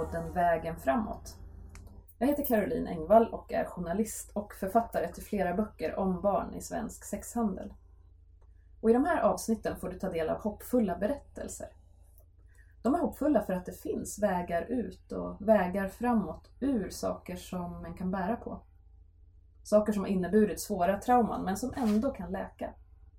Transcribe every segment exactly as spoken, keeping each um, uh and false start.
podden Vägen framåt. Jag heter Caroline Engvall och är journalist och författare till flera böcker om barn i svensk sexhandel. Och i de här avsnitten får du ta del av hoppfulla berättelser. De är hoppfulla för att det finns vägar ut och vägar framåt ur saker som man kan bära på. Saker som har inneburit svåra trauman men som ändå kan läka.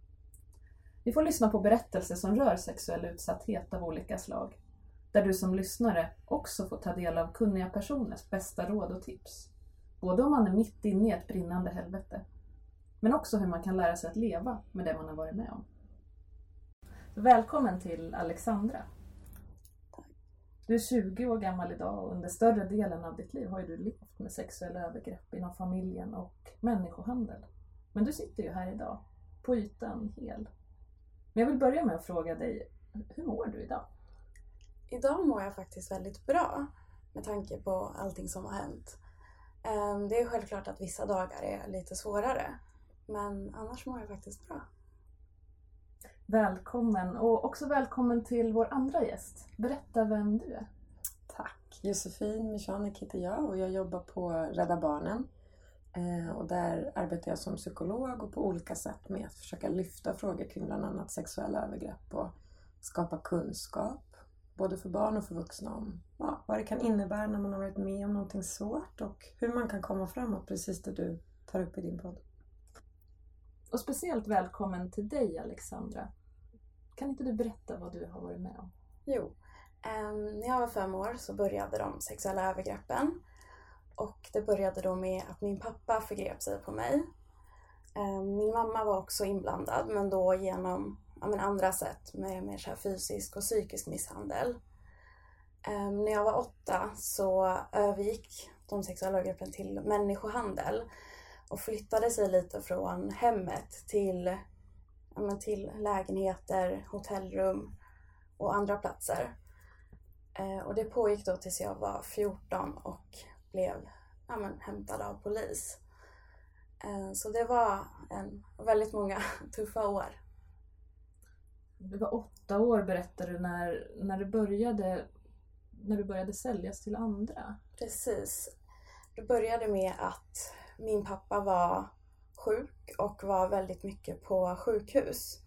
Vi får lyssna på berättelser som rör sexuell utsatthet av olika slag. Där du som lyssnare också får ta del av kunniga personers bästa råd och tips. Både om man är mitt inne i ett brinnande helvete. Men också hur man kan lära sig att leva med det man har varit med om. Välkommen till Alexandra. Du är tjugo år gammal idag och under större delen av ditt liv har ju du levt med sexuella övergrepp inom familjen och människohandel. Men du sitter ju här idag, på ytan hel. Men jag vill börja med att fråga dig, hur mår du idag? Idag mår jag faktiskt väldigt bra med tanke på allting som har hänt. Det är självklart att vissa dagar är lite svårare, men annars mår jag faktiskt bra. Välkommen och också välkommen till vår andra gäst. Berätta vem du är. Tack. Josefin Michanek heter jag och jag jobbar på Rädda Barnen. Och där arbetar jag som psykolog och på olika sätt med att försöka lyfta frågor kring bland annat sexuella övergrepp och skapa kunskap. Både för barn och för vuxna om ja, vad det kan innebära när man har varit med om någonting svårt och hur man kan komma framåt, precis det du tar upp i din podd. Och speciellt välkommen till dig, Alexandra. Kan inte du berätta vad du har varit med om? Jo, eh, när jag var fem år så började de sexuella övergreppen. Och det började då med att min pappa förgrep sig på mig. Eh, min mamma var också inblandad, men då genom ja, men andra sätt med, med så här fysisk och psykisk misshandel. Eh, när jag var åtta så övergick de sexuella övergreppen till människohandel. Och flyttade sig lite från hemmet till, ja, men till lägenheter, hotellrum och andra platser. Eh, och det pågick då tills jag var fjorton och blev ja, men, hämtad av polis. Eh, så det var en, väldigt många tuffa år. Du var åtta år berättade du när, när, du började, när du började säljas till andra. Precis. Det började med att min pappa var sjuk och var väldigt mycket på sjukhus.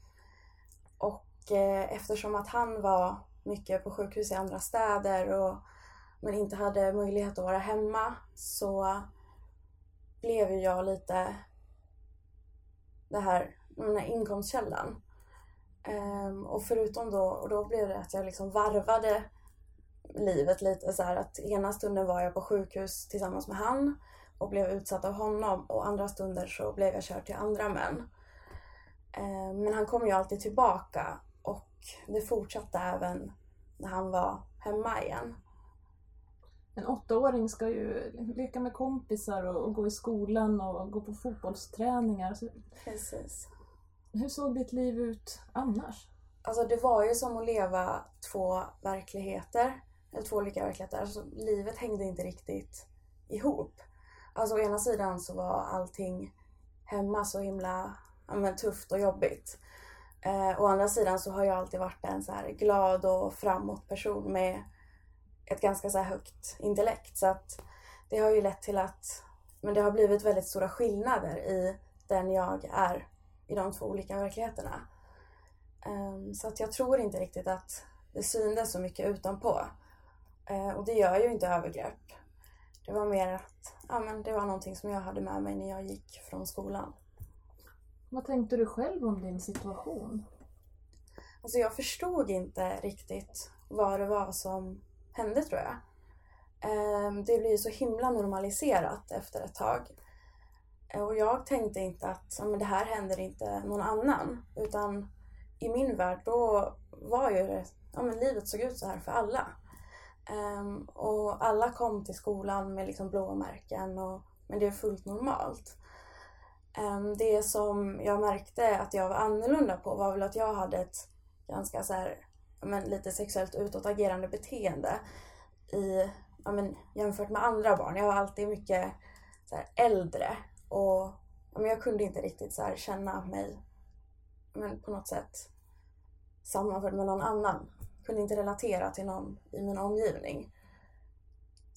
Och eh, eftersom att han var mycket på sjukhus i andra städer och men inte hade möjlighet att vara hemma, så blev jag lite det här, den här inkomstkällan. Um, och förutom då, och då blev det att jag liksom varvade livet lite så här, att ena stunden var jag på sjukhus tillsammans med han och blev utsatt av honom, och andra stunder så blev jag körd till andra män. Um, men han kom ju alltid tillbaka, och det fortsatte även när han var hemma igen. En åttaåring ska ju leka med kompisar och, och gå i skolan och gå på fotbollsträningar. Så... Precis. Hur såg ditt liv ut annars? Alltså det var ju som att leva två verkligheter. Eller två olika verkligheter. Alltså livet hängde inte riktigt ihop. Alltså å ena sidan så var allting hemma så himla ja, men, tufft och jobbigt. Eh, å andra sidan så har jag alltid varit en så här glad och framåt person med ett ganska så här högt intellekt. Så att det har ju lett till att men det har blivit väldigt stora skillnader i den jag är i de två olika verkligheterna. Um, så att jag tror inte riktigt att det syndes så mycket utanpå. Uh, och det gör ju inte övergrepp. Det var mer att ja, men det var någonting som jag hade med mig när jag gick från skolan. Vad tänkte du själv om din situation? Alltså jag förstod inte riktigt vad det var som hände, tror jag. Um, det blev så himla normaliserat efter ett tag. Och jag tänkte inte att ja, men det här händer inte någon annan. Utan i min värld då var ju det, ja, men livet såg ut så här för alla. Um, och alla kom till skolan med liksom blåmärken. Och, men det är fullt normalt. Um, det som jag märkte att jag var annorlunda på var väl att jag hade ett ganska så här, ja, men lite sexuellt utåtagerande beteende. I, ja, men jämfört med andra barn. Jag var alltid mycket så här, äldre. Och men jag kunde inte riktigt så här känna mig men på något sätt sammanförd med någon annan. Kunde inte relatera till någon i min omgivning.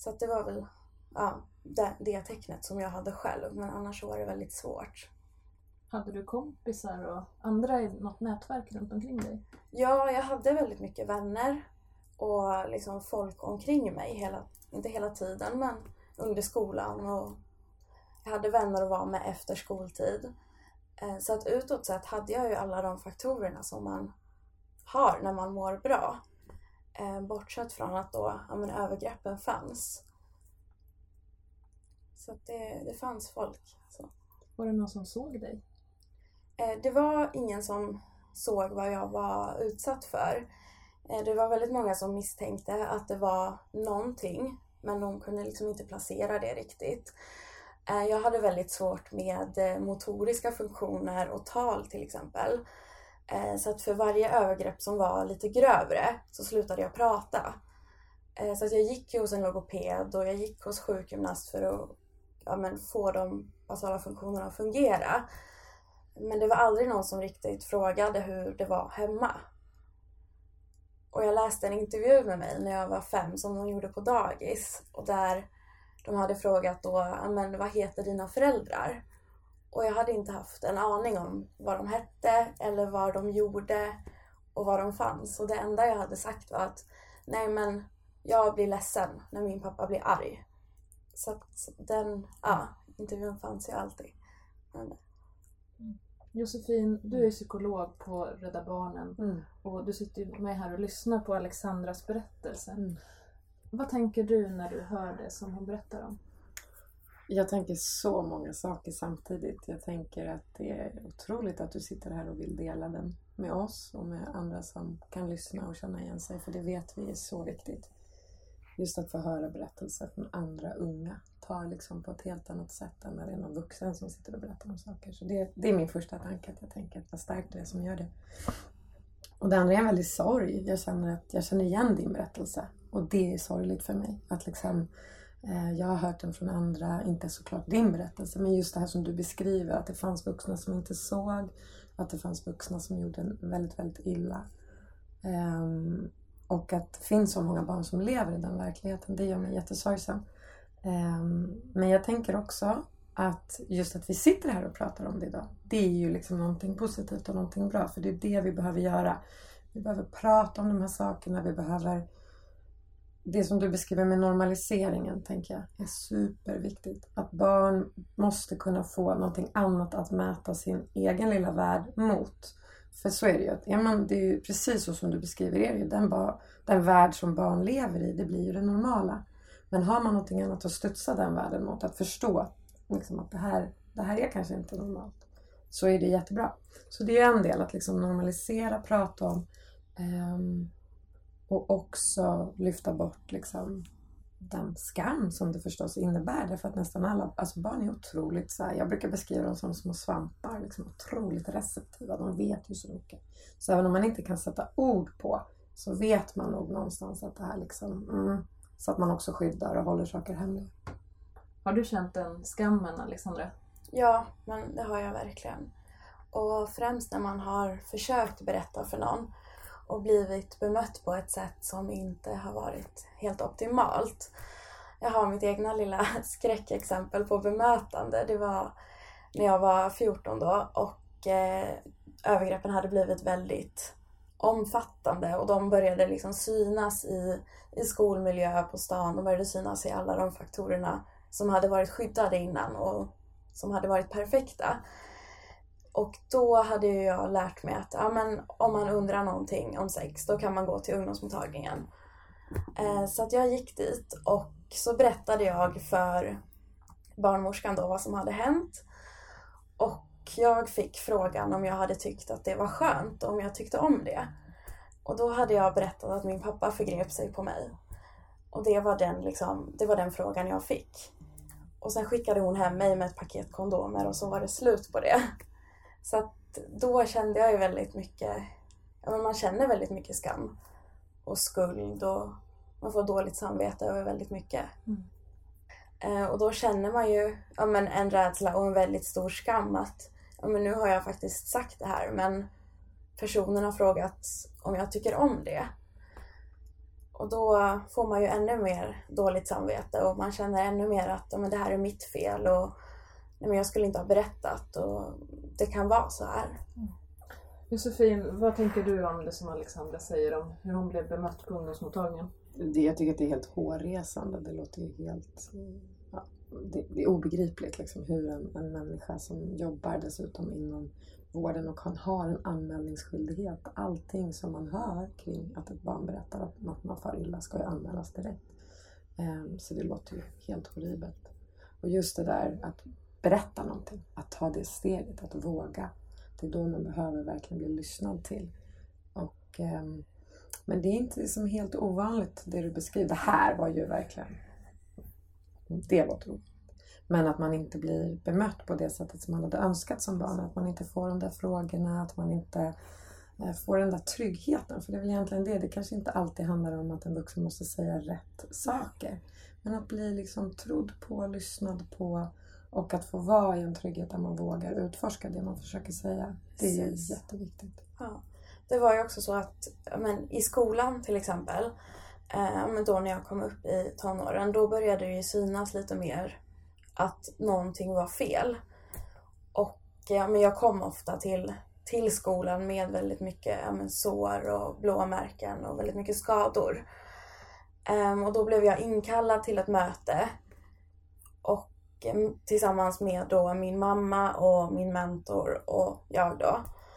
Så att det var väl ja, det, det tecknet som jag hade själv. Men annars var det väldigt svårt. Hade du kompisar och andra i något nätverk runt omkring dig? Ja, jag hade väldigt mycket vänner. Och liksom folk omkring mig. Hela, inte hela tiden, men under skolan. Och jag hade vänner att vara med efter skoltid. Så att utåt sett hade jag ju alla de faktorerna som man har när man mår bra. Bortsett från att då ja, men övergreppen fanns. Så att det, det fanns folk. Så. Var det någon som såg dig? Det var ingen som såg vad jag var utsatt för. Det var väldigt många som misstänkte att det var någonting. Men de kunde liksom inte placera det riktigt. Jag hade väldigt svårt med motoriska funktioner och tal till exempel. Så att för varje övergrepp som var lite grövre så slutade jag prata. Så att jag gick hos en logoped och jag gick hos sjukgymnast för att ja, men få de basala funktionerna att fungera. Men det var aldrig någon som riktigt frågade hur det var hemma. Och jag läste en intervju med mig när jag var fem som de gjorde på dagis. Och där de hade frågat då, men vad heter dina föräldrar? Och jag hade inte haft en aning om vad de hette eller vad de gjorde och vad de fanns. Och det enda jag hade sagt var att nej men jag blir ledsen när min pappa blir arg. Så att den ja, intervjun fanns ju alltid. Men... Josefin, du är psykolog på Rädda Barnen mm. och du sitter med här och lyssnar på Alexandras berättelse. Mm. Vad tänker du när du hör det som hon berättar om? Jag tänker så många saker samtidigt. Jag tänker att det är otroligt att du sitter här och vill dela den med oss och med andra som kan lyssna och känna igen sig. För det vet vi är så viktigt. Just att få höra berättelser från andra unga tar liksom på ett helt annat sätt än när det är någon vuxen som sitter och berättar om saker. Så det, det är min första tanke, att jag tänker att vad starkt det är som gör det. Och det andra är en väldigt sorg. Jag känner att jag känner igen din berättelse. Och det är sorgligt för mig. Att liksom, eh, jag har hört den från andra, inte såklart din berättelse. Men just det här som du beskriver, att det fanns vuxna som inte såg. Att det fanns vuxna som gjorde en väldigt, väldigt illa. Um, och att det finns så många barn som lever i den verkligheten, det gör mig jättesorgsam. Um, men jag tänker också att just att vi sitter här och pratar om det idag, det är ju liksom någonting positivt och någonting bra. För det är det vi behöver göra. Vi behöver prata om de här sakerna, vi behöver... Det som du beskriver med normaliseringen, tänker jag, är superviktigt. Att barn måste kunna få någonting annat att mäta sin egen lilla värld mot. För så är det ju. Att, ja, man, det är ju precis så som du beskriver det. Är ju den, ba, den värld som barn lever i, det blir ju det normala. Men har man någonting annat att studsa den världen mot, att förstå liksom, att det här, det här är kanske inte normalt, så är det jättebra. Så det är en del att liksom normalisera, prata om... Um, Och också lyfta bort liksom den skam som det förstås innebär. Därför att nästan alla, alltså barn är otroligt så här, jag brukar beskriva dem som små svampar. Liksom otroligt receptiva, de vet ju så mycket. Så även om man inte kan sätta ord på, så vet man nog någonstans att det här liksom, mm, så att man också skyddar och håller saker hemliga. Har du känt den skammen, Alexandra? Ja, men det har jag verkligen. Och främst när man har försökt berätta för någon och blivit bemött på ett sätt som inte har varit helt optimalt. Jag har mitt egna lilla skräckexempel på bemötande. Det var när jag var fjorton då och eh, övergreppen hade blivit väldigt omfattande. Och de började liksom synas i, i skolmiljö på stan. De började synas i alla de faktorerna som hade varit skyddade innan och som hade varit perfekta. Och då hade jag lärt mig att ja, men om man undrar någonting om sex, då kan man gå till ungdomsmottagningen. Eh, så att jag gick dit och så berättade jag för barnmorskan då vad som hade hänt. Och jag fick frågan om jag hade tyckt att det var skönt, om jag tyckte om det. Och då hade jag berättat att min pappa förgrep sig på mig. Och det var den, liksom, det var den frågan jag fick. Och sen skickade hon hem mig med ett paket kondomer och så var det slut på det. Så att då kände jag ju väldigt mycket, ja, men man känner väldigt mycket skam och skuld och man får dåligt samvete över väldigt mycket. Mm. Eh, och då känner man ju ja, men en rädsla och en väldigt stor skam att ja, men nu har jag faktiskt sagt det här, men personen har frågat om jag tycker om det. Och då får man ju ännu mer dåligt samvete och man känner ännu mer att ja, men det här är mitt fel och nej, men jag skulle inte ha berättat och det kan vara så här. Mm. Josefin, vad tänker du om det som Alexandra säger om hur hon blev bemött på ungdomsmottagningen? Det, jag tycker att det är helt hårresande. Det låter ju helt... Ja, det, det är obegripligt liksom, hur en, en människa som jobbar dessutom inom vården och han har en anmälningsskyldighet. Allting som man hör kring att ett barn berättar att man far illa ska ju anmälas direkt. Um, så det låter ju helt horribelt. Och just det där att berätta någonting, att ta det steget, att våga. Det är då man behöver verkligen bli lyssnad till. Och, um, men det är inte liksom helt ovanligt det du beskriver. Det här var ju verkligen, det var tråkigt. Men att man inte blir bemött på det sättet som man hade önskat som barn. Att man inte får de där frågorna, att man inte får den där tryggheten. För det är väl egentligen det. Det kanske inte alltid handlar om att en vuxen måste säga rätt saker. Men att bli liksom trodd på, lyssnad på och att få vara i en trygghet där man vågar utforska det man försöker säga. Det är ju jätteviktigt. Ja. Det var ju också så att men, i skolan till exempel, eh, men då när jag kom upp i tonåren, då började det ju synas lite mer att någonting var fel. Och ja, men jag kom ofta till, till skolan med väldigt mycket ja, men, sår och blåmärken och väldigt mycket skador. Um, och då blev jag inkallad till ett möte och um, tillsammans med då min mamma och min mentor och jag då.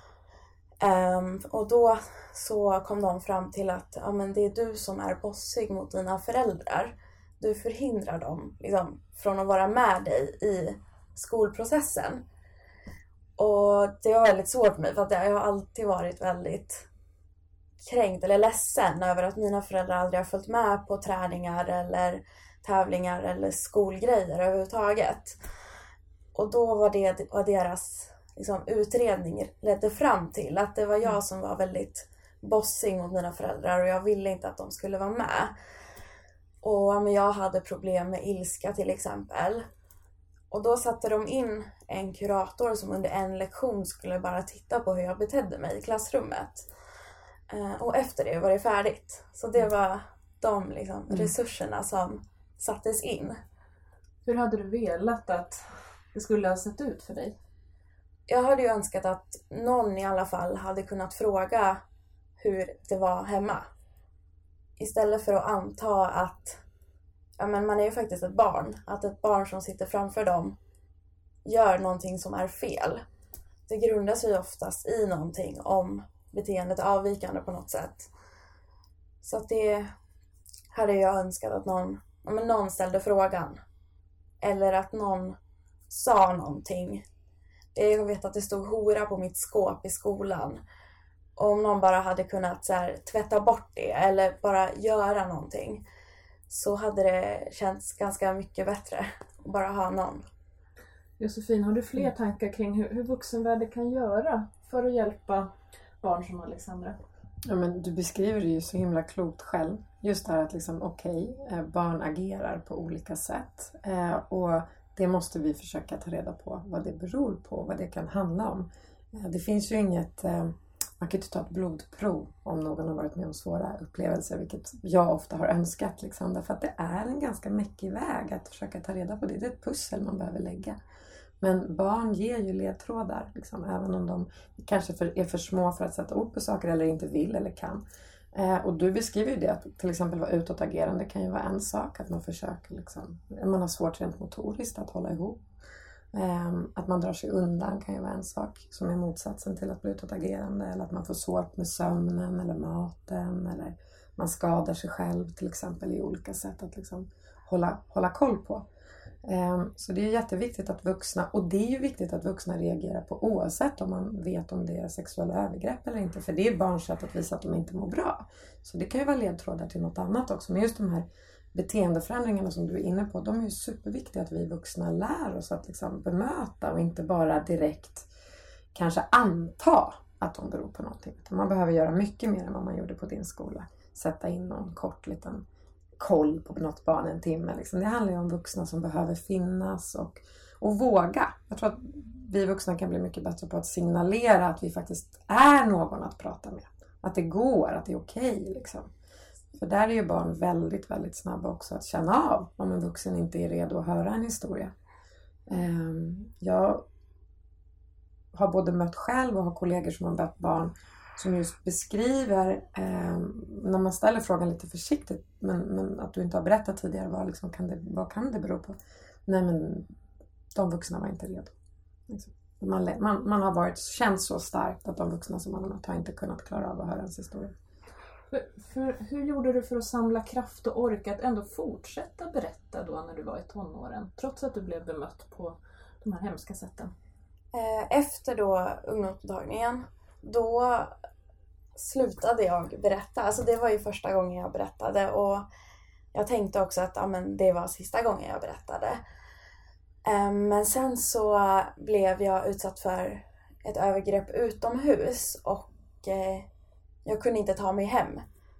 Um, och då så kom de fram till att ja, men det är du som är bossig mot dina föräldrar. Du förhindrar dem liksom, från att vara med dig i skolprocessen. Och det var väldigt svårt för mig för att jag har alltid varit väldigt kränkt eller ledsen över att mina föräldrar aldrig har följt med på träningar eller tävlingar eller skolgrejer överhuvudtaget. Och då var det vad deras liksom, utredning ledde fram till. Att det var jag som var väldigt bossig mot mina föräldrar och jag ville inte att de skulle vara med. Och men jag hade problem med ilska till exempel. Och då satte de in en kurator som under en lektion skulle bara titta på hur jag betedde mig i klassrummet. Och efter det var det färdigt. Så det var de liksom, mm. resurserna som sattes in. Hur hade du velat att det skulle ha sett ut för dig? Jag hade ju önskat att någon i alla fall hade kunnat fråga hur det var hemma. Istället för att anta att ja, men man är ju faktiskt ett barn. Att ett barn som sitter framför dem gör någonting som är fel. Det grundar sig oftast i någonting om beteendet är avvikande på något sätt. Så att det hade jag önskat att någon, ja, men någon ställde frågan. Eller att någon sa någonting. Jag vet att det stod hora på mitt skåp i skolan. Och om någon bara hade kunnat så här, tvätta bort det eller bara göra någonting, så hade det känts ganska mycket bättre att bara ha någon. Josefin, har du fler tankar kring hur, hur vuxenvärlden kan göra för att hjälpa barn som Alexandra? Ja, men du beskriver det ju så himla klokt själv. Just det här att liksom, okej, okay, barn agerar på olika sätt. Eh, och det måste vi försöka ta reda på vad det beror på, vad det kan handla om. Eh, det finns ju inget... Eh, Man kan inte ta ett blodprov om någon har varit med om svåra upplevelser, vilket jag ofta har önskat. Liksom, därför att det är en ganska mäckig väg att försöka ta reda på det. Det är ett pussel man behöver lägga. Men barn ger ju ledtrådar, liksom, även om de kanske för, är för små för att sätta ord på saker eller inte vill eller kan. Eh, och du beskriver ju det, att till exempel vara utåtagerande kan ju vara en sak. Att man försöker, liksom, man har svårt rent motoriskt att hålla ihop. Att man drar sig undan kan ju vara en sak som är motsatsen till att bli utåtagerande. Eller att man får svårt med sömnen eller maten. Eller man skadar sig själv till exempel i olika sätt att liksom hålla, hålla koll på. Så det är jätteviktigt att vuxna, och det är ju viktigt att vuxna reagerar på oavsett om man vet om det är sexuella övergrepp eller inte. För det är barns sätt att visa att de inte mår bra. Så det kan ju vara ledtrådar till något annat också. Men just de här beteendeförändringarna som du är inne på, de är ju superviktiga att vi vuxna lär oss att liksom bemöta och inte bara direkt kanske anta att de beror på någonting. Man behöver göra mycket mer än vad man gjorde på din skola. Sätta in någon kort liten koll på något barn en timme. Liksom. Det handlar ju om vuxna som behöver finnas och, och våga. Jag tror att vi vuxna kan bli mycket bättre på att signalera att vi faktiskt är någon att prata med. Att det går, att det är okej liksom. För där är ju barn väldigt, väldigt snabba också att känna av om en vuxen inte är redo att höra en historia. Jag har både mött själv och har kollegor som har mött barn som just beskriver, när man ställer frågan lite försiktigt, men, men att du inte har berättat tidigare, vad, liksom kan det, vad kan det bero på? Nej, men de vuxna var inte redo. Man, man, man har varit, känt så starkt att de vuxna som man har mött har inte kunnat klara av att höra ens historia. För, för, hur gjorde du för att samla kraft och orka att ändå fortsätta berätta då när du var i tonåren? Trots att du blev bemött på de här hemska sätten. Efter då ungdomsmottagningen, då slutade jag berätta. Alltså det var ju första gången jag berättade. Och jag tänkte också att ja, men det var sista gången jag berättade. Men sen så blev jag utsatt för ett övergrepp utomhus. Och jag kunde inte ta mig hem.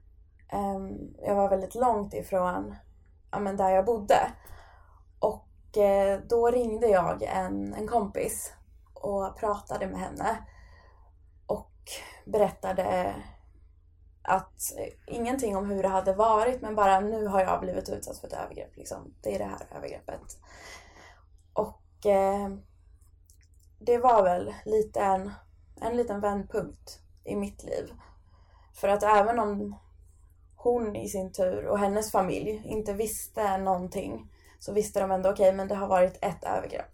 Jag var väldigt långt ifrån ja, men där jag bodde. Och då ringde jag en, en kompis och pratade med henne. Och berättade att ingenting om hur det hade varit, men bara nu har jag blivit utsatt för ett övergrepp. Liksom. Det är det här övergreppet. Och eh, det var väl lite en, en liten vändpunkt i mitt liv. För att även om hon i sin tur och hennes familj inte visste någonting, så visste de ändå okej, okay, men det har varit ett övergrepp.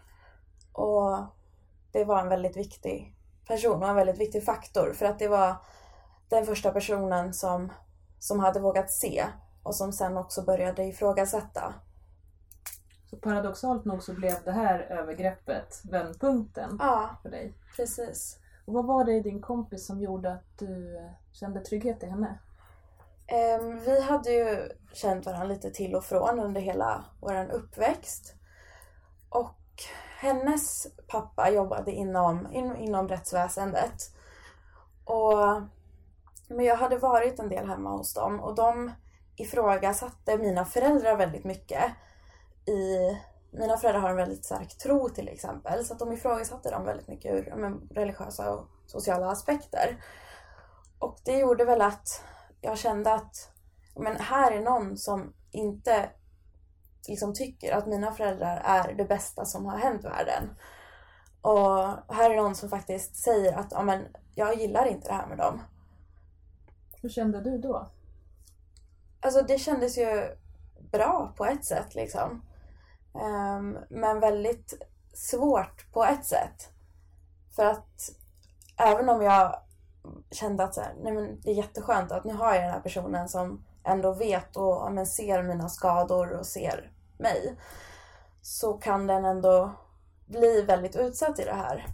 Och det var en väldigt viktig person och en väldigt viktig faktor. För att det var den första personen som, som hade vågat se och som sen också började ifrågasätta. Så paradoxalt nog så blev det här övergreppet vändpunkten ja, för dig. Precis. Och vad var det i din kompis som gjorde att du kände trygghet i henne? Um, vi hade ju känt varandra lite till och från under hela vår uppväxt. Och hennes pappa jobbade inom, in, inom rättsväsendet. Och, men jag hade varit en del hemma hos dem. Och de ifrågasatte mina föräldrar väldigt mycket. I, mina föräldrar har en väldigt stark tro till exempel. Så att de ifrågasatte dem väldigt mycket ur men, religiösa och sociala aspekter. Och det gjorde väl att jag kände att men här är någon som inte liksom tycker att mina föräldrar är det bästa som har hänt världen. Och här är någon som faktiskt säger att ja, men, jag gillar inte det här med dem. Hur kände du då? Alltså det kändes ju bra på ett sätt liksom. Um, men väldigt svårt på ett sätt. För att även om jag kände att så här, nej men det är jätteskönt att nu har jag den här personen som ändå vet och ja, men ser mina skador och ser mig, så kan den ändå bli väldigt utsatt i det här.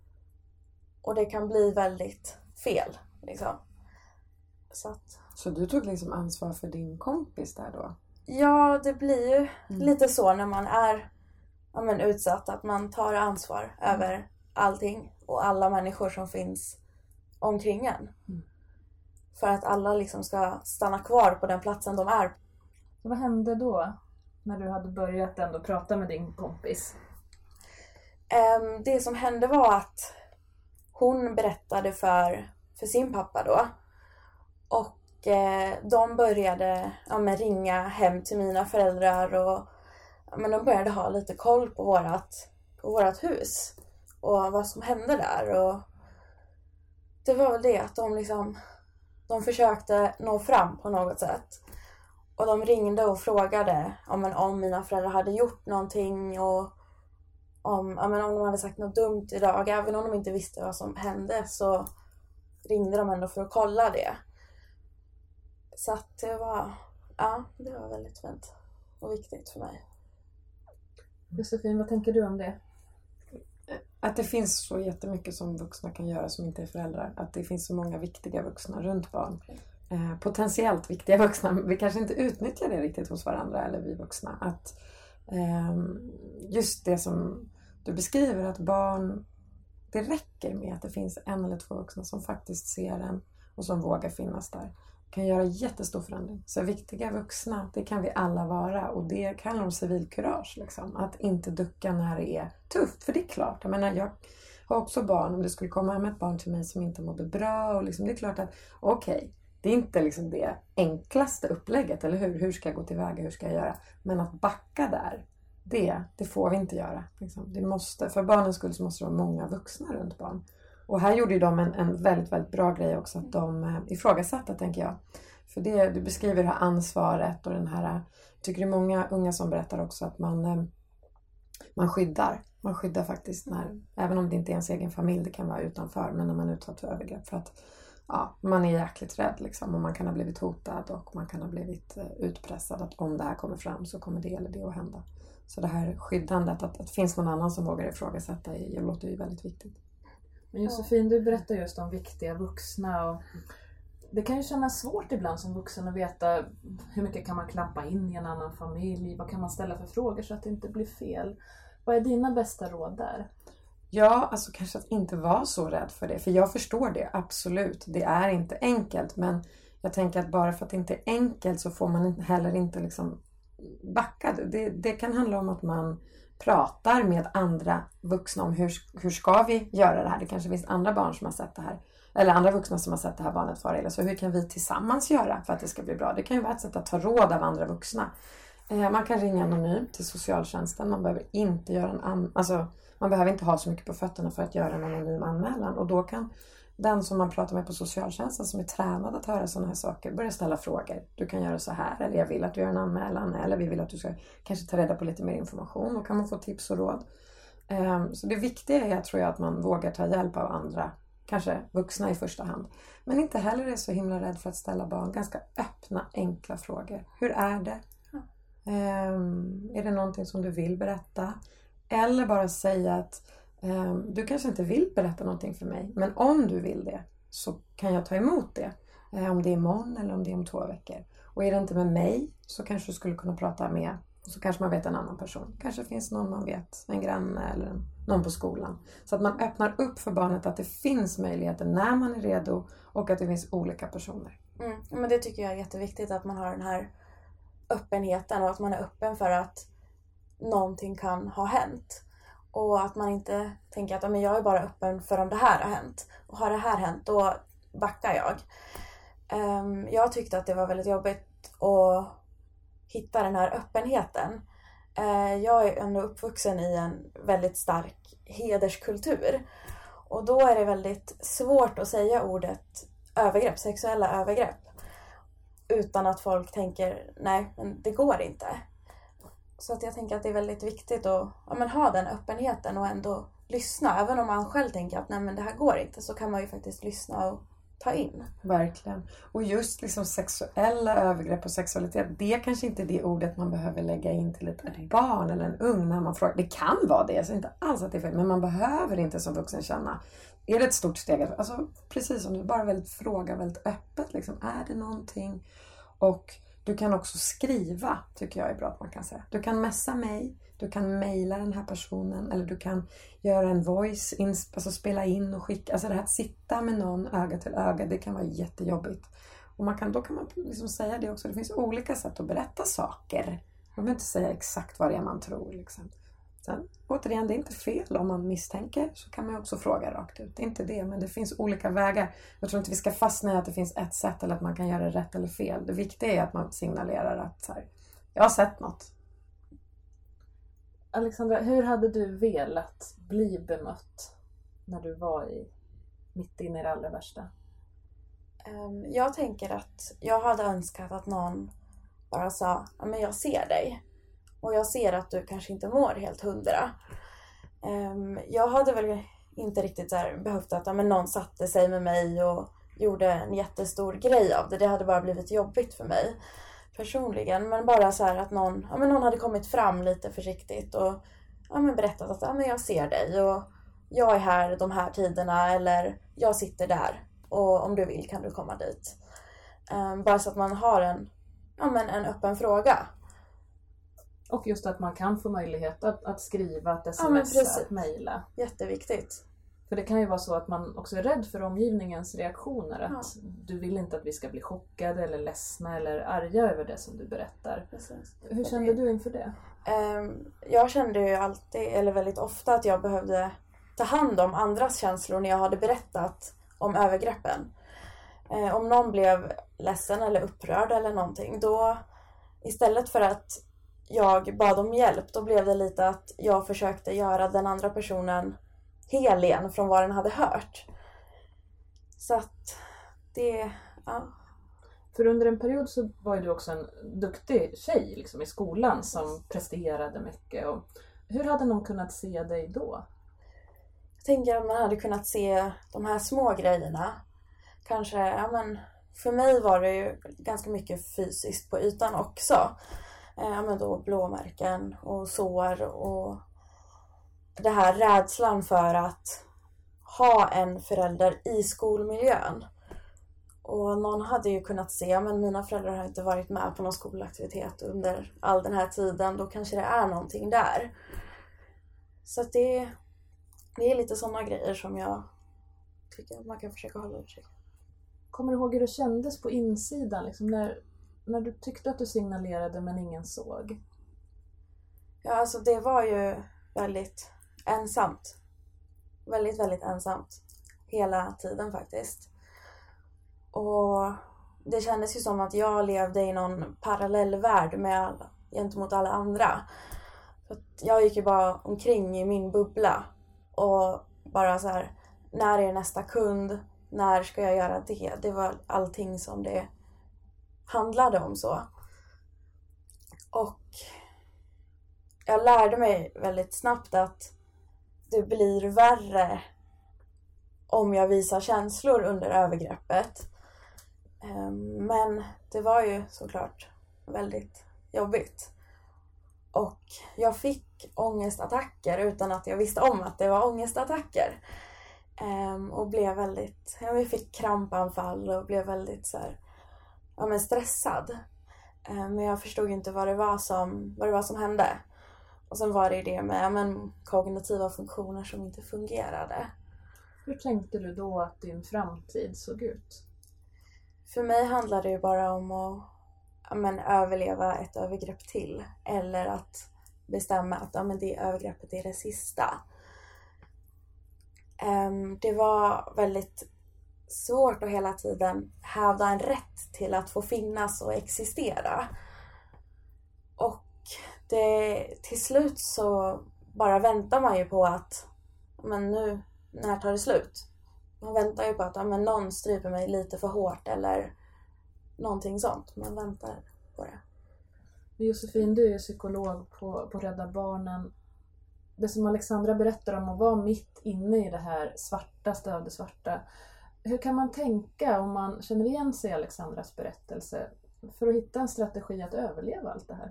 Och det kan bli väldigt fel liksom. Så att... Så du tog liksom ansvar för din kompis där då? Ja, det blir ju mm. lite så när man är ja, men utsatt, att man tar ansvar mm. över allting och alla människor som finns omkring en. Mm. För att alla liksom ska stanna kvar på den platsen de är. Så vad hände då när du hade börjat ändå prata med din kompis? Um, det som hände var att hon berättade för, för sin pappa då. Och eh, de började ja, men ringa hem till mina föräldrar. Och ja, men de började ha lite koll på vårat, på vårat hus. Och vad som hände där. Och det var väl det att de liksom... De försökte nå fram på något sätt. Och de ringde och frågade om, om mina föräldrar hade gjort någonting. Och om, om de hade sagt något dumt idag. Även om de inte visste vad som hände så ringde de ändå för att kolla det. Så att det var, ja, det var väldigt fint och viktigt för mig. Josefin, vad tänker du om det? Att det finns så jättemycket som vuxna kan göra som inte är föräldrar. Att det finns så många viktiga vuxna runt barn. Eh, potentiellt viktiga vuxna. Vi kanske inte utnyttjar det riktigt hos varandra eller vi vuxna. Att eh, just det som du beskriver, att barn, det räcker med att det finns en eller två vuxna som faktiskt ser en och som vågar finnas där. Kan göra jättestor förändring. Så viktiga vuxna, det kan vi alla vara. Och det kallar de civilkurage. Liksom. Att inte ducka när det är tufft. För det är klart, jag menar, jag har också barn. Om det skulle komma hem ett barn till mig som inte mådde bra. Och liksom, det är klart att, okej, okay, det är inte liksom det enklaste upplägget, eller hur? Hur ska jag gå tillväga, hur ska jag göra? Men att backa där, det, det får vi inte göra. Liksom. Det måste, för barnens skull så måste det vara många vuxna runt barn. Och här gjorde ju de en, en väldigt, väldigt bra grej också, att de eh, ifrågasatte, tänker jag. För det, du beskriver det här ansvaret och den här, jag tycker det är många unga som berättar också att man, eh, man skyddar. Man skyddar faktiskt, när, även om det inte är ens egen familj, det kan vara utanför, men när man är utsatt för övergrepp. För att ja, man är jäkligt rädd liksom, och man kan ha blivit hotad och man kan ha blivit eh, utpressad att om det här kommer fram så kommer det eller det att hända. Så det här skyddandet, att, att det finns någon annan som vågar ifrågasätta, det låter ju väldigt viktigt. Men Josefin, du berättar just om viktiga vuxna, och det kan ju kännas svårt ibland som vuxen att veta hur mycket kan man klampa in i en annan familj, vad kan man ställa för frågor så att det inte blir fel. Vad är dina bästa råd där? Ja, alltså kanske att inte vara så rädd för det. För jag förstår det, absolut. Det är inte enkelt. Men jag tänker att bara för att det inte är enkelt så får man heller inte liksom backa. Det, det kan handla om att man pratar med andra vuxna om hur, hur ska vi göra det här. Det kanske finns andra barn som har sett det här. Eller andra vuxna som har sett det här barnet fara illa. Så hur kan vi tillsammans göra för att det ska bli bra? Det kan ju vara ett sätt att ta råd av andra vuxna. Eh, man kan ringa anonymt till socialtjänsten. Man behöver inte göra en an- alltså, man behöver inte ha så mycket på fötterna för att göra en anonym anmälan. Och då kan den som man pratar med på socialtjänsten som är tränad att höra sådana här saker börja ställa frågor. Du kan göra så här, eller jag vill att du gör en anmälan, eller vi vill att du ska kanske ta reda på lite mer information. Då kan man få tips och råd. Um, så det viktiga är, tror jag, att man vågar ta hjälp av andra, kanske vuxna i första hand. Men inte heller är så himla rädd för att ställa barn ganska öppna, enkla frågor. Hur är det? Um, är det någonting som du vill berätta? Eller bara säga att um, du kanske inte vill berätta någonting för mig. Men om du vill det så kan jag ta emot det. Um, om det är imorgon eller om det är om två veckor. Och är det inte med mig så kanske du skulle kunna prata med. Så kanske man vet en annan person. Kanske finns någon man vet. En granne eller någon på skolan. Så att man öppnar upp för barnet att det finns möjligheter när man är redo. Och att det finns olika personer. Mm, men det tycker jag är jätteviktigt, att man har den här öppenheten och att man är öppen för att någonting kan ha hänt. Och att man inte tänker att men jag är bara öppen för om det här har hänt. Och har det här hänt, då backar jag. Um, jag tyckte att det var väldigt jobbigt att hitta den här öppenheten. Uh, jag är ändå uppvuxen i en väldigt stark hederskultur. Och då är det väldigt svårt att säga ordet övergrepp, sexuella övergrepp. Utan att folk tänker, nej, men det går inte. Så att jag tänker att det är väldigt viktigt att ja, men ha den öppenheten och ändå lyssna. Även om man själv tänker att nej, men det här går inte, så kan man ju faktiskt lyssna och ta in. Verkligen. Och just liksom sexuella övergrepp och sexualitet, det kanske inte är det ordet man behöver lägga in till ett barn eller en ung när man frågar. Det kan vara det, så inte alls att det är fel, men man behöver inte som vuxen känna. Är det ett stort steg? Alltså precis som du bara väldigt frågar väldigt öppet, liksom, är det någonting? Och du kan också skriva, tycker jag är bra att man kan säga. Du kan messa mig, du kan mejla den här personen, eller du kan göra en voice, alltså spela in och skicka. Alltså det här att sitta med någon öga till öga, det kan vara jättejobbigt. Och man kan, då kan man liksom säga det också, det finns olika sätt att berätta saker. Man behöver inte säga exakt vad det är man tror. Liksom. Sen, återigen, det är inte fel om man misstänker, så kan man också fråga rakt ut. Det är inte det, men det finns olika vägar. Jag tror inte vi ska fastna i att det finns ett sätt eller att man kan göra rätt eller fel. Det viktiga är att man signalerar att så här, jag har sett något. Alexandra, hur hade du velat bli bemött när du var i, mitt inne i det allra värsta? Jag tänker att jag hade önskat att någon bara sa, ja, men jag ser dig. Och jag ser att du kanske inte mår helt hundra. Jag hade väl inte riktigt så här behövt att ja, men någon satte sig med mig och gjorde en jättestor grej av det. Det hade bara blivit jobbigt för mig personligen. Men bara så här att någon, ja, men någon hade kommit fram lite försiktigt och ja, men berättat att ja, men jag ser dig och jag är här de här tiderna, eller jag sitter där och om du vill kan du komma dit. Bara så att man har en, ja, men en öppen fråga. Och just att man kan få möjlighet att, att skriva, att smsa, ja, att mejla. Jätteviktigt. För det kan ju vara så att man också är rädd för omgivningens reaktioner. Att ja. Du vill inte att vi ska bli chockade eller ledsna eller arga över det som du berättar. Precis. Hur kände du inför det? Jag kände ju alltid, eller väldigt ofta, att jag behövde ta hand om andras känslor när jag hade berättat om övergreppen. Eh, om någon blev ledsen eller upprörd eller någonting, då istället för att jag bad om hjälp, då blev det lite att jag försökte göra den andra personen hel igen från vad den hade hört. Så att det, ja. För under en period så var ju du också en duktig tjej liksom, i skolan som presterade mycket. Och hur hade någon kunnat se dig då? Jag tänker att man hade kunnat se de här små grejerna. Kanske, ja men för mig var det ju ganska mycket fysiskt på ytan också. Ja men då blåmärken och sår och det här rädslan för att ha en förälder i skolmiljön. Och någon hade ju kunnat se, men mina föräldrar har inte varit med på någon skolaktivitet under all den här tiden. Då kanske det är någonting där. Så att det, det är lite sådana grejer som jag tycker att man kan försöka hålla utkik. Kommer du ihåg hur det kändes på insidan? Liksom när, när du tyckte att du signalerade men ingen såg? Ja, alltså det var ju väldigt ensamt. Väldigt, väldigt ensamt. Hela tiden faktiskt. Och det kändes ju som att jag levde i någon parallellvärld med alla, gentemot alla andra. För att jag gick ju bara omkring i min bubbla. Och bara så här, när är nästa kund? När ska jag göra det? Det var allting som det handlade om så. Och jag lärde mig väldigt snabbt att det blir värre om jag visar känslor under övergreppet. Men det var ju såklart väldigt jobbigt. Och jag fick ångestattacker utan att jag visste om att det var ångestattacker. Och blev väldigt, jag fick krampanfall och blev väldigt så här, ja men stressad. Men jag förstod inte vad det var som, vad det var som hände. Och sen var det det med ja, men, kognitiva funktioner som inte fungerade. Hur tänkte du då att din framtid såg ut? För mig handlade det ju bara om att ja, men, överleva ett övergrepp till. Eller att bestämma att ja, men, det övergreppet är det sista. Um, det var väldigt svårt att hela tiden hävda en rätt till att få finnas och existera. Och det, till slut så bara väntar man ju på att men nu, när tar det slut? Man väntar ju på att ja, men någon stryper mig lite för hårt eller någonting sånt. Man väntar på det. Josefin, du är psykolog på, på Rädda Barnen. Det som Alexandra berättar om att vara mitt inne i det här svartaste av det svarta. Hur kan man tänka om man känner igen sig i Alexandras berättelse för att hitta en strategi att överleva allt det här?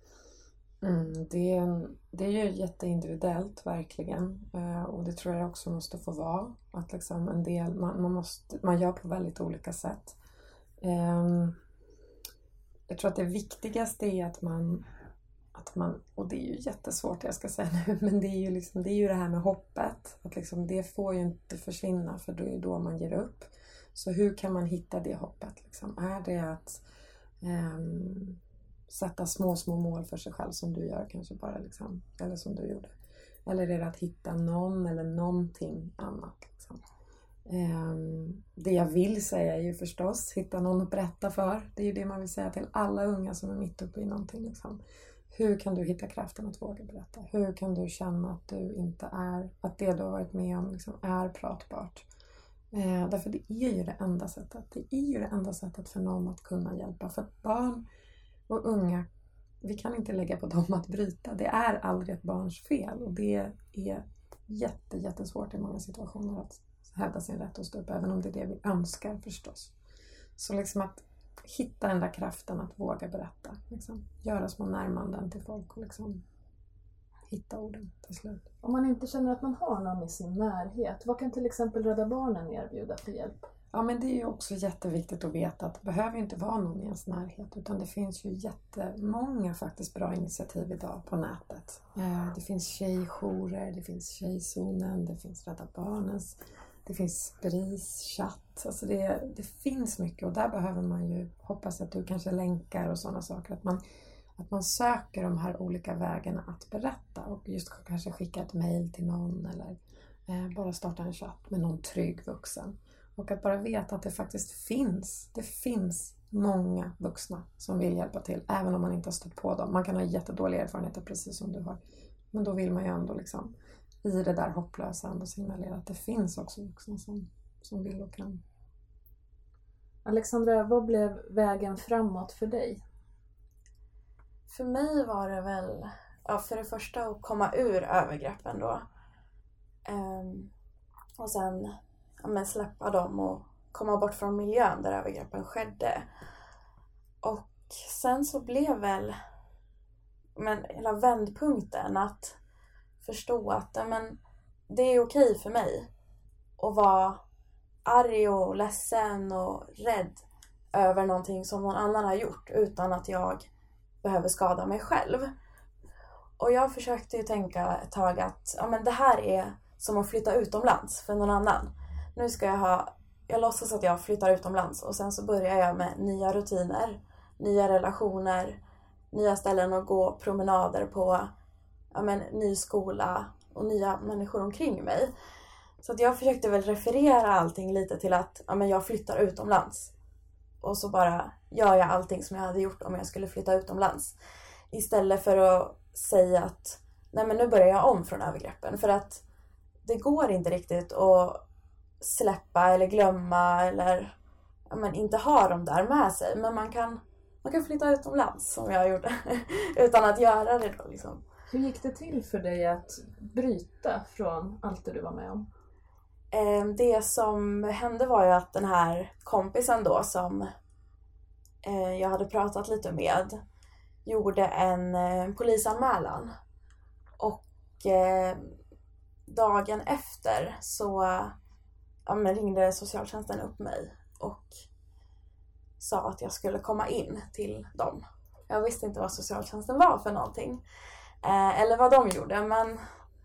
Mm, det, det är ju jätteindividuellt verkligen, och det tror jag också måste få vara att liksom en del, man, man, måste, man gör på väldigt olika sätt. Um, jag tror att det viktigaste är att man, att man, och det är ju jättesvårt jag ska säga nu, men det är ju, liksom, det, är ju det här med hoppet, att liksom, det får ju inte försvinna för då är då man ger upp. Så hur kan man hitta det hoppet? Liksom? Är det att um, sätta små, små mål för sig själv som du gör kanske bara liksom, eller som du gjorde. Eller är det att hitta någon eller någonting annat liksom. Um, det jag vill säga är ju förstås hitta någon att berätta för. Det är ju det man vill säga till alla unga som är mitt uppe i någonting liksom. Hur kan du hitta kraften att våga berätta? Hur kan du känna att du inte är, att det du har varit med om liksom är pratbart? Uh, därför det är ju det enda sättet. Det är ju det enda sättet för någon att kunna hjälpa. För att barn och unga, vi kan inte lägga på dem att bryta. Det är aldrig ett barns fel. Och det är jätte, jättesvårt i många situationer att hävda sin rätt och stå upp. Även om det är det vi önskar förstås. Så liksom att hitta den där kraften att våga berätta. Liksom. Göra små närmanden till folk och liksom hitta orden till slut. Om man inte känner att man har någon i sin närhet, vad kan till exempel Rädda Barnen erbjuda för hjälp? Ja, men det är ju också jätteviktigt att veta att det behöver inte vara någon i ens närhet, utan det finns ju jättemånga faktiskt bra initiativ idag på nätet. Det finns tjejjourer, det finns Tjejzonen, det finns Rädda Barnens, det finns B R I S chatt. Alltså det, det finns mycket och där behöver man ju hoppas att du kanske länkar och sådana saker. Att man, att man söker de här olika vägarna att berätta och just kanske skicka ett mejl till någon eller eh, bara starta en chatt med någon trygg vuxen. Och att bara veta att det faktiskt finns. Det finns många vuxna som vill hjälpa till. Även om man inte har stött på dem. Man kan ha jättedåliga erfarenheter precis som du har. Men då vill man ju ändå liksom i det där hopplösa ändå signalera att det finns också vuxna som, som vill och kan. Alexandra, vad blev vägen framåt för dig? För mig var det väl, ja, för det första att komma ur övergreppen då. Um, och sen ja, men släppa dem och komma bort från miljön där övergreppen skedde. Och sen så blev väl men, hela vändpunkten att förstå att ja, men, det är okej för mig att vara arg och ledsen och rädd över någonting som någon annan har gjort utan att jag behöver skada mig själv. Och jag försökte ju tänka ett tag att ja, men det här är som att flytta utomlands för någon annan. Nu ska jag ha, jag låtsas att jag flyttar utomlands och sen så börjar jag med nya rutiner, nya relationer, nya ställen att gå promenader på, ja, men, ny skola och nya människor omkring mig. Så att jag försökte väl referera allting lite till att ja, men jag flyttar utomlands. Och så bara gör jag allting som jag hade gjort om jag skulle flytta utomlands. Istället för att säga att nej men nu börjar jag om från övergreppen. För att det går inte riktigt att släppa eller glömma eller ja, men inte ha dem där med sig. Men man kan, man kan flytta utomlands som jag gjorde. Utan att göra det då liksom. Hur gick det till för dig att bryta från allt det du var med om? Det som hände var ju att den här kompisen då som jag hade pratat lite med gjorde en polisanmälan. Och dagen efter så ja, men ringde socialtjänsten upp mig och sa att jag skulle komma in till dem. Jag visste inte vad socialtjänsten var för någonting. Eller vad de gjorde, men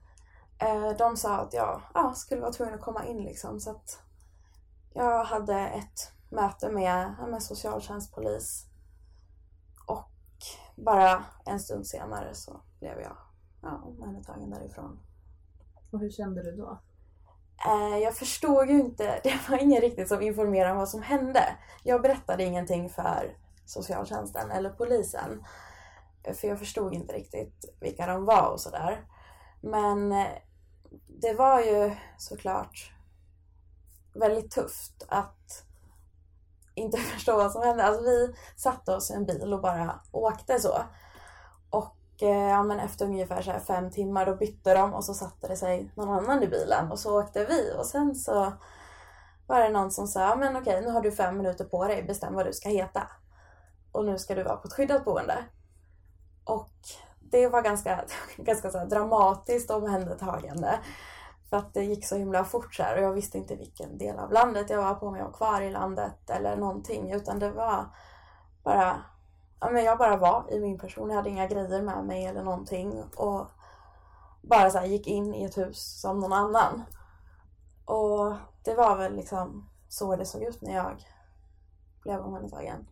de sa att jag ja, skulle vara tvungen att komma in liksom. Så att jag hade ett möte med, med socialtjänstpolis. Och bara en stund senare så blev jag ja, omhändertagen därifrån. Och hur kände du då? Jag förstod ju inte, det var ingen riktigt som informerade om vad som hände. Jag berättade ingenting för socialtjänsten eller polisen. För jag förstod inte riktigt vilka de var och sådär. Men det var ju såklart väldigt tufft att inte förstå vad som hände. Alltså vi satte oss i en bil och bara åkte så. Och ja, men efter ungefär så här fem timmar då bytte de och så satte det sig någon annan i bilen. Och så åkte vi och sen så var det någon som sa men okej, nu har du fem minuter på dig, bestäm vad du ska heta. Och nu ska du vara på ett skyddat boende. Och det var ganska, ganska så här dramatiskt omhändertagande. För att det gick så himla fort så här. Och jag visste inte vilken del av landet jag var på. Om jag var kvar i landet eller någonting. Utan det var bara... Ja, men jag bara var i min person. Jag hade inga grejer med mig eller någonting. Och bara så här gick in i ett hus som någon annan. Och det var väl liksom så det såg ut när jag blev omhändertagen.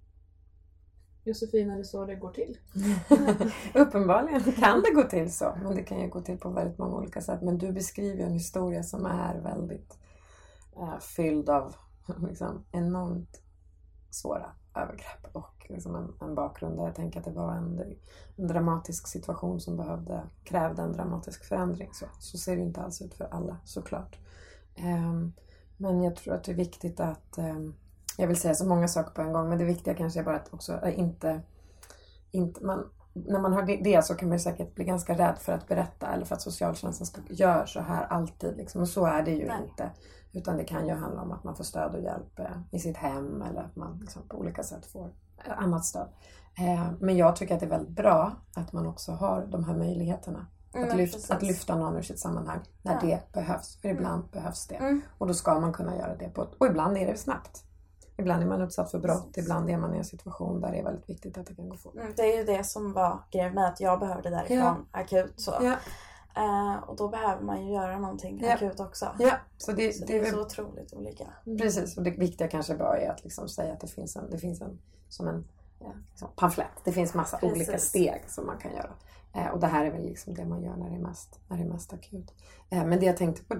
Josefin, är det så det går till? Uppenbarligen kan det gå till så. Men det kan ju gå till på väldigt många olika sätt. Men du beskriver en historia som är väldigt äh, fylld av liksom, enormt svåra övergrepp. Och liksom en, en bakgrund där jag tänker att det var en, en dramatisk situation som behövde, krävde en dramatisk förändring. Så, så ser det inte alls ut för alla såklart. Um, men jag tror att det är viktigt att... Um, Jag vill säga så många saker på en gång, men det viktiga kanske är bara att också äh, inte, inte man, när man har det, det så kan man säkert bli ganska rädd för att berätta eller för att socialtjänsten ska göra så här alltid liksom. Och så är det ju Nej. inte, utan det kan ju handla om att man får stöd och hjälp äh, i sitt hem eller att man liksom, på olika sätt får äh, annat stöd. Eh, men jag tycker att det är väldigt bra att man också har de här möjligheterna. Mm, att, lyft, att lyfta någon ur sitt sammanhang när ja. det behövs, för ibland mm. behövs det. Mm. Och då ska man kunna göra det på ett, och ibland är det snabbt. Ibland är man utsatt för brott, Precis. ibland är man i en situation där det är väldigt viktigt att det kan gå fort. Mm, det är ju det som var grejen med att jag behövde därifrån ja. akut. Så. Ja. Uh, och då behöver man ju göra någonting ja. akut också. Ja. Så det, så det, det är väl... så otroligt olika. Mm. Precis, och det viktiga kanske bara är att liksom säga att det finns en, det finns en som en ja, liksom pamflett. Det finns massa Precis. olika steg som man kan göra. Uh, och det här är väl liksom det man gör när det är mest, när det är mest akut. Uh, men det jag tänkte på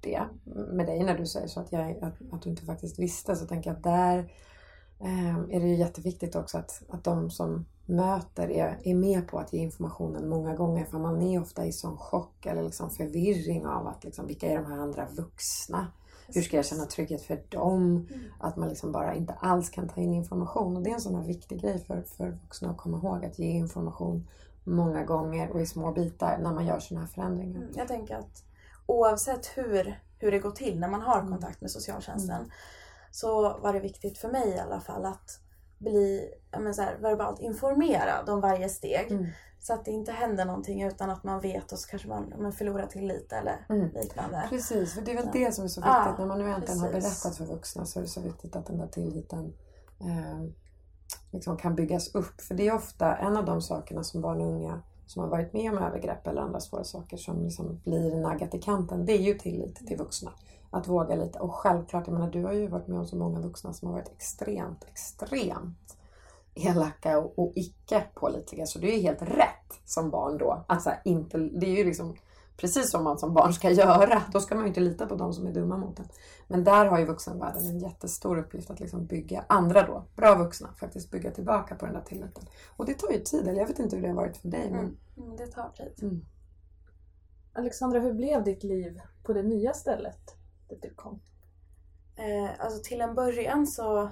det med dig när du säger så att, jag, att, att du inte faktiskt visste, så tänker jag att där eh, är det ju jätteviktigt också att, att de som möter är, är med på att ge informationen många gånger, för man är ofta i sån chock eller liksom förvirring av att liksom, vilka är de här andra vuxna? Hur ska jag känna trygghet för dem? Mm. Att man liksom bara inte alls kan ta in information. Och det är en sån här viktig grej för, för vuxna att komma ihåg. Att ge information många gånger och i små bitar när man gör såna här förändringar. Mm. Jag tänker att oavsett hur, hur det går till när man har kontakt med socialtjänsten. Mm. Så var det viktigt för mig i alla fall att bli jag menar så här, verbalt informerad om varje steg. Mm. Så att det inte händer någonting utan att man vet och så kanske man, man förlorar tillit eller mm. liknande. Precis, för det är väl det som är så viktigt. Ja, när man nu äntligen har berättat för vuxna så är det så viktigt att den där tilliten eh, liksom kan byggas upp. För det är ofta en av de sakerna som barn och unga som har varit med om övergrepp eller andra svåra saker som liksom blir naggat i kanten. Det är ju tillit till vuxna. Att våga lite. Och självklart, jag menar, du har ju varit med om så många vuxna som har varit extremt, extremt elaka och, och icke-pålitliga. Så det är ju helt rätt som barn då. Att så här, inte, det är ju liksom precis som man som barn ska göra. Då ska man ju inte lita på de som är dumma mot en. Men där har ju vuxenvärlden en jättestor uppgift att liksom bygga andra då, bra vuxna, faktiskt bygga tillbaka på den där tilliten. Och det tar ju tid, eller jag vet inte hur det har varit för dig. Men... Mm. Mm, det tar tid. Mm. Alexandra, hur blev ditt liv på det nya stället dit du kom? Eh, alltså till en början så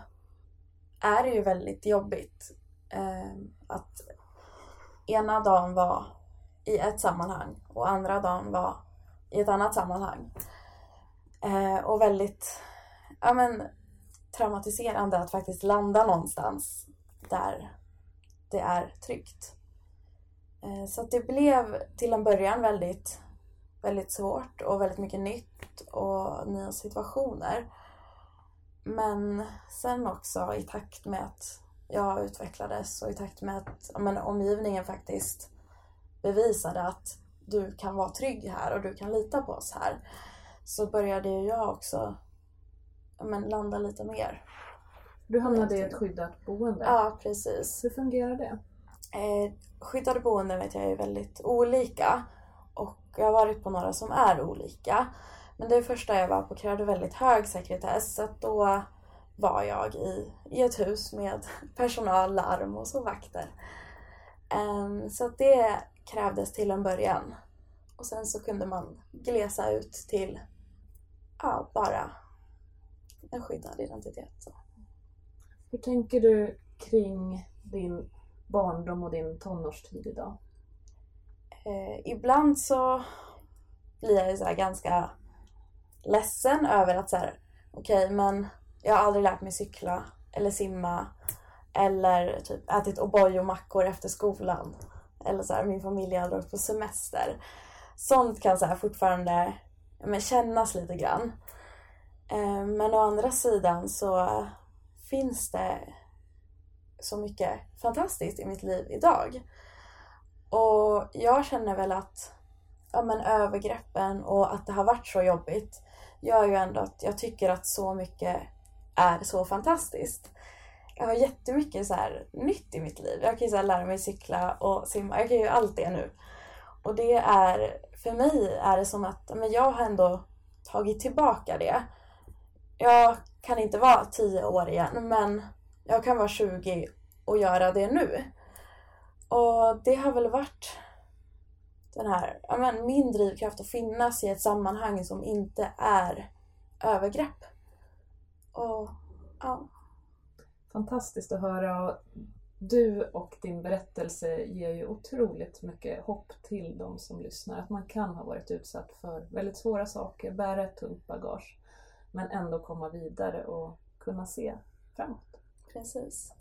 är det ju väldigt jobbigt eh, att ena dagen var i ett sammanhang och andra dagen var i ett annat sammanhang. Eh, och väldigt ja, men, traumatiserande att faktiskt landa någonstans där det är tryggt. Eh, så att det blev till en början väldigt, väldigt svårt och väldigt mycket nytt och nya situationer. Men sen också i takt med att jag utvecklades och i takt med att men, omgivningen faktiskt bevisade att du kan vara trygg här och du kan lita på oss här, så började jag också men, landa lite mer. Du hamnade i ett skyddat boende? Ja, precis. Hur fungerar det? Eh, skyddade boenden vet jag är väldigt olika och jag har varit på några som är olika. Men det första jag var på krävde väldigt hög sekretess, så att då var jag i, i ett hus med personal, larm och så vakter. Um, så att det krävdes till en början. Och sen så kunde man glesa ut till ja, bara en skyddad identitet. Så. Hur tänker du kring din barndom och din tonårstid idag? Eh, ibland så blir jag så här ganska ledsen över att så här, okej, okay, men jag har aldrig lärt mig cykla eller simma eller typ ätit O'boy och mackor efter skolan eller så här, min familj har dragit på semester. Sånt kan så här fortfarande men, kännas lite grann. Eh, men å andra sidan så finns det så mycket fantastiskt i mitt liv idag. Och jag känner väl att ja, men övergreppen och att det har varit så jobbigt gör ju ändå att jag tycker att så mycket är så fantastiskt. Jag har jättemycket så här nytt i mitt liv. Jag kan ju så här lära mig cykla och simma. Jag kan ju allt det nu. Och det är, för mig är det som att men jag har ändå tagit tillbaka det. Jag kan inte vara tio år igen, men jag kan vara tjugo och göra det nu. Och det har väl varit den här, ja men min drivkraft att finnas i ett sammanhang som inte är övergrepp. Och ja. Fantastiskt att höra. Du och din berättelse ger ju otroligt mycket hopp till de som lyssnar. Att man kan ha varit utsatt för väldigt svåra saker, bära ett tungt bagage, men ändå komma vidare och kunna se framåt. Precis.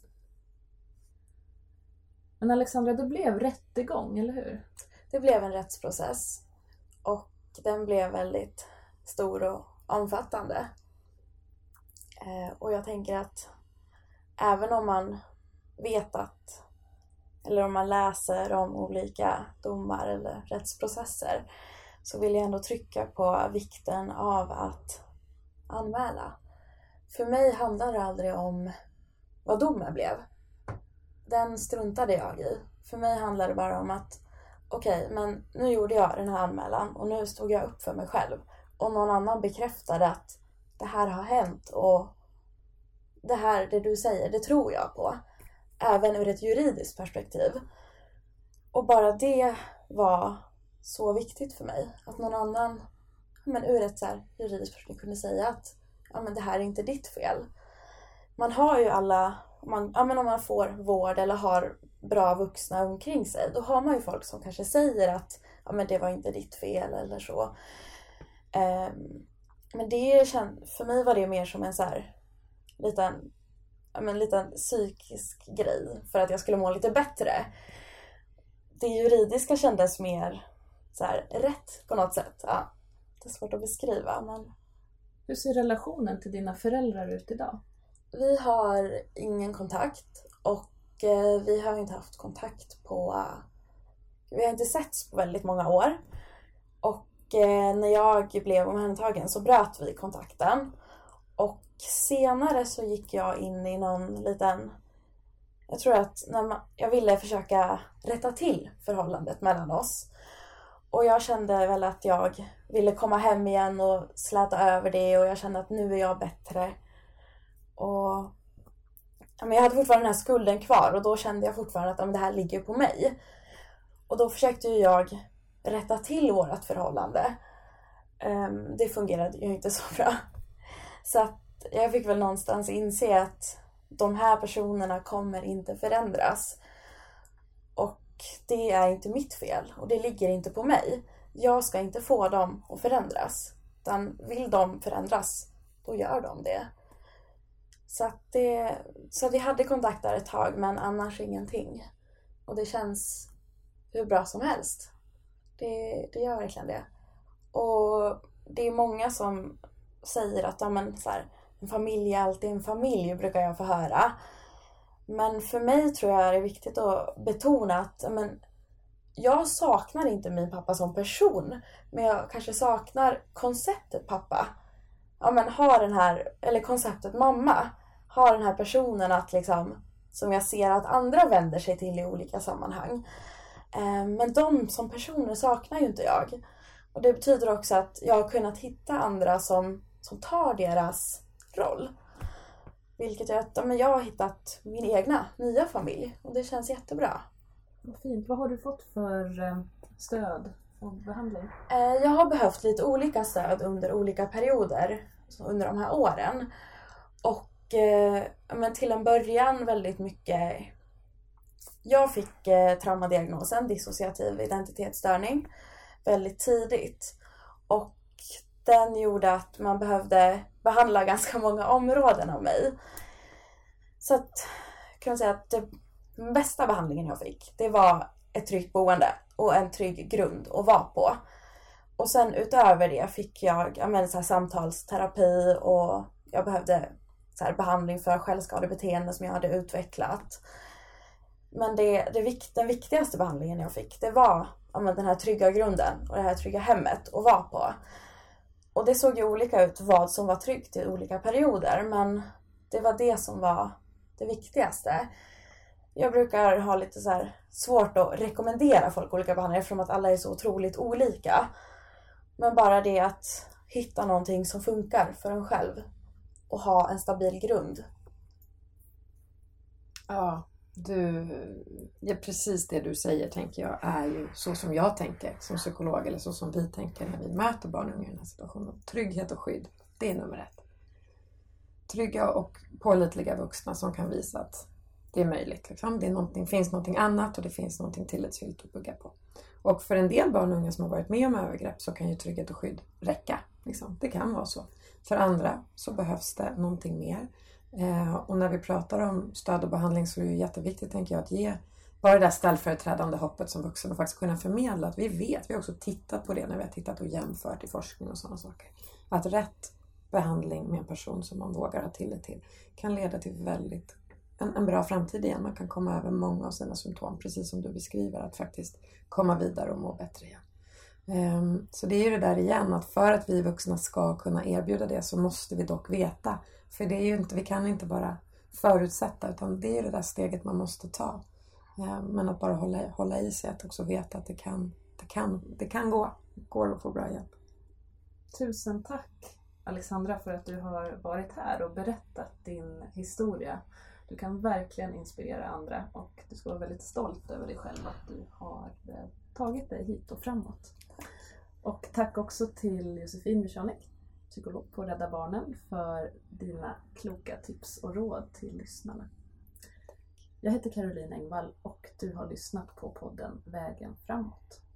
Men Alexandra, det blev rättegång, eller hur? Det blev en rättsprocess och den blev väldigt stor och omfattande. Eh, och jag tänker att även om man vet att, eller om man läser om olika domar eller rättsprocesser, så vill jag ändå trycka på vikten av att anmäla. För mig handlar det aldrig om vad domen blev. Den struntade jag i. För mig handlar det bara om att okej, okay, men nu gjorde jag den här anmälan och nu stod jag upp för mig själv. och någon annan bekräftade att det här har hänt och det här, det du säger, det tror jag på. Även ur ett juridiskt perspektiv. Och bara det var så viktigt för mig. Att någon annan, men ur ett så här juridiskt perspektiv kunde säga att ja, men det här är inte ditt fel. Man har ju alla, man, ja, men om man får vård eller har bra vuxna omkring sig, då har man ju folk som kanske säger att ja, men det var inte ditt fel eller så. Um, men det känd, för mig var det mer som en så här liten, ja, men liten psykisk grej för att jag skulle må lite bättre. Det juridiska kändes mer så här rätt på något sätt. Ja, det är svårt att beskriva. Men... Hur ser relationen till dina föräldrar ut idag? Vi har ingen kontakt och eh, vi har inte haft kontakt på... Uh, vi har inte setts på väldigt många år. Och eh, när jag blev omhändertagen så bröt vi kontakten. Och senare så gick jag in i någon liten... Jag tror att när man, jag ville försöka rätta till förhållandet mellan oss. Och jag kände väl att jag ville komma hem igen och släta över det. Och jag kände att nu är jag bättre. Och ja, men jag hade fortfarande den här skulden kvar. Och då kände jag fortfarande att ja, men det här ligger på mig. Och då försökte ju jag rätta till vårt förhållande. Um, det fungerade ju inte så bra. Så att jag fick väl någonstans inse att de här personerna kommer inte förändras. Och det är inte mitt fel. Och det ligger inte på mig. Jag ska inte få dem att förändras. Utan vill de förändras, då gör de det. Så att det, så att vi hade kontakt där ett tag, men annars ingenting. Och det känns hur bra som helst. Det, det gör verkligen det. Och det är många som säger att ja, men, så här, en familj är alltid en familj, brukar jag få höra. Men för mig tror jag det är viktigt att betona att ja, men, jag saknar inte min pappa som person. Men jag kanske saknar konceptet pappa. Ja, men har den här, eller konceptet mamma. Har den här personen att liksom, som jag ser att andra vänder sig till i olika sammanhang. Men de som personer saknar ju inte jag. Och det betyder också att jag har kunnat hitta andra som, som tar deras roll. Vilket gör att ja, men jag har hittat min egna nya familj. Och det känns jättebra. Vad fint. Vad har du fått för stöd och behandling? Jag har behövt lite olika stöd under olika perioder. Under de här åren. Och men till en början väldigt mycket... Jag fick traumadiagnosen dissociativ identitetsstörning väldigt tidigt. Och den gjorde att man behövde behandla ganska många områden av mig. Så att kan man säga att den bästa behandlingen jag fick, det var ett tryggt boende och en trygg grund att vara på. Och sen utöver det fick jag, jag menar, så här, samtalsterapi och jag behövde så här, behandling för självskadebeteende som jag hade utvecklat. Men det, det, den viktigaste behandlingen jag fick, det var ja, men, den här trygga grunden och det här trygga hemmet att vara på. Och det såg ju olika ut vad som var tryggt i olika perioder, men det var det som var det viktigaste. Jag brukar ha lite så här svårt att rekommendera folk olika behandlingar eftersom att alla är så otroligt olika. Men bara det att hitta någonting som funkar för en själv och ha en stabil grund. Ja, du, ja, precis det du säger tänker jag är ju så som jag tänker som psykolog eller så som vi tänker när vi möter barn och unga i den här situationen. Trygghet och skydd, det är nummer ett. Trygga och pålitliga vuxna som kan visa att det är möjligt. Liksom. Det är någonting, finns någonting annat och det finns någonting tillitsfullt att bygga på. Och för en del barn och unga som har varit med om övergrepp så kan ju trygghet och skydd räcka. Liksom. Det kan vara så. För andra så behövs det någonting mer. Eh, och när vi pratar om stöd och behandling så är det jätteviktigt tänker jag att ge bara det där ställföreträdande hoppet som vuxen och faktiskt kunna förmedla att vi vet, vi har också tittat på det när vi har tittat och jämfört i forskning och sådana saker. Att rätt behandling med en person som man vågar ha tillit till kan leda till väldigt en, en bra framtid igen. Man kan komma över många av sina symptom precis som du beskriver, att faktiskt komma vidare och må bättre igen. Um, så det är ju det där igen att för att vi vuxna ska kunna erbjuda det så måste vi dock veta. För det är ju inte, vi kan inte bara förutsätta utan det är det där steget man måste ta. Um, men att bara hålla, hålla i sig, att också veta att det kan, det kan, det kan gå. Det går att få bra hjälp. Tusen tack Alexandra för att du har varit här och berättat din historia. Du kan verkligen inspirera andra och du ska vara väldigt stolt över dig själv att du har tagit dig hit och framåt. Och tack också till Josefin Michanek, psykolog på Rädda Barnen, för dina kloka tips och råd till lyssnarna. Jag heter Caroline Engvall och du har lyssnat på podden Vägen framåt.